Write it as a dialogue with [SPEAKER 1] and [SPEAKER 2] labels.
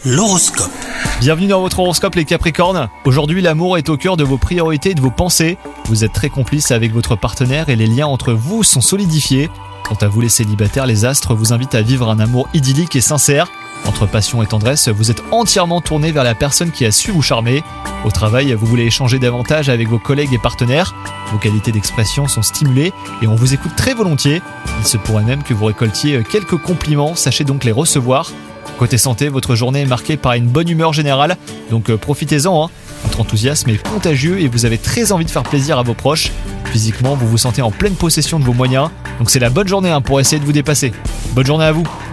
[SPEAKER 1] L'horoscope.
[SPEAKER 2] Bienvenue dans votre horoscope les Capricornes. Aujourd'hui, l'amour est au cœur de vos priorités et de vos pensées. Vous êtes très complices avec votre partenaire et les liens entre vous sont solidifiés. Quant à vous les célibataires, les astres vous invitent à vivre un amour idyllique et sincère. Entre passion et tendresse, vous êtes entièrement tourné vers la personne qui a su vous charmer. Au travail, vous voulez échanger davantage avec vos collègues et partenaires. Vos qualités d'expression sont stimulées et on vous écoute très volontiers. Il se pourrait même que vous récoltiez quelques compliments, sachez donc les recevoir. Côté santé, votre journée est marquée par une bonne humeur générale, donc profitez-en. Votre enthousiasme est contagieux et vous avez très envie de faire plaisir à vos proches. Physiquement, vous vous sentez en pleine possession de vos moyens, donc c'est la bonne journée pour essayer de vous dépasser. Bonne journée à vous.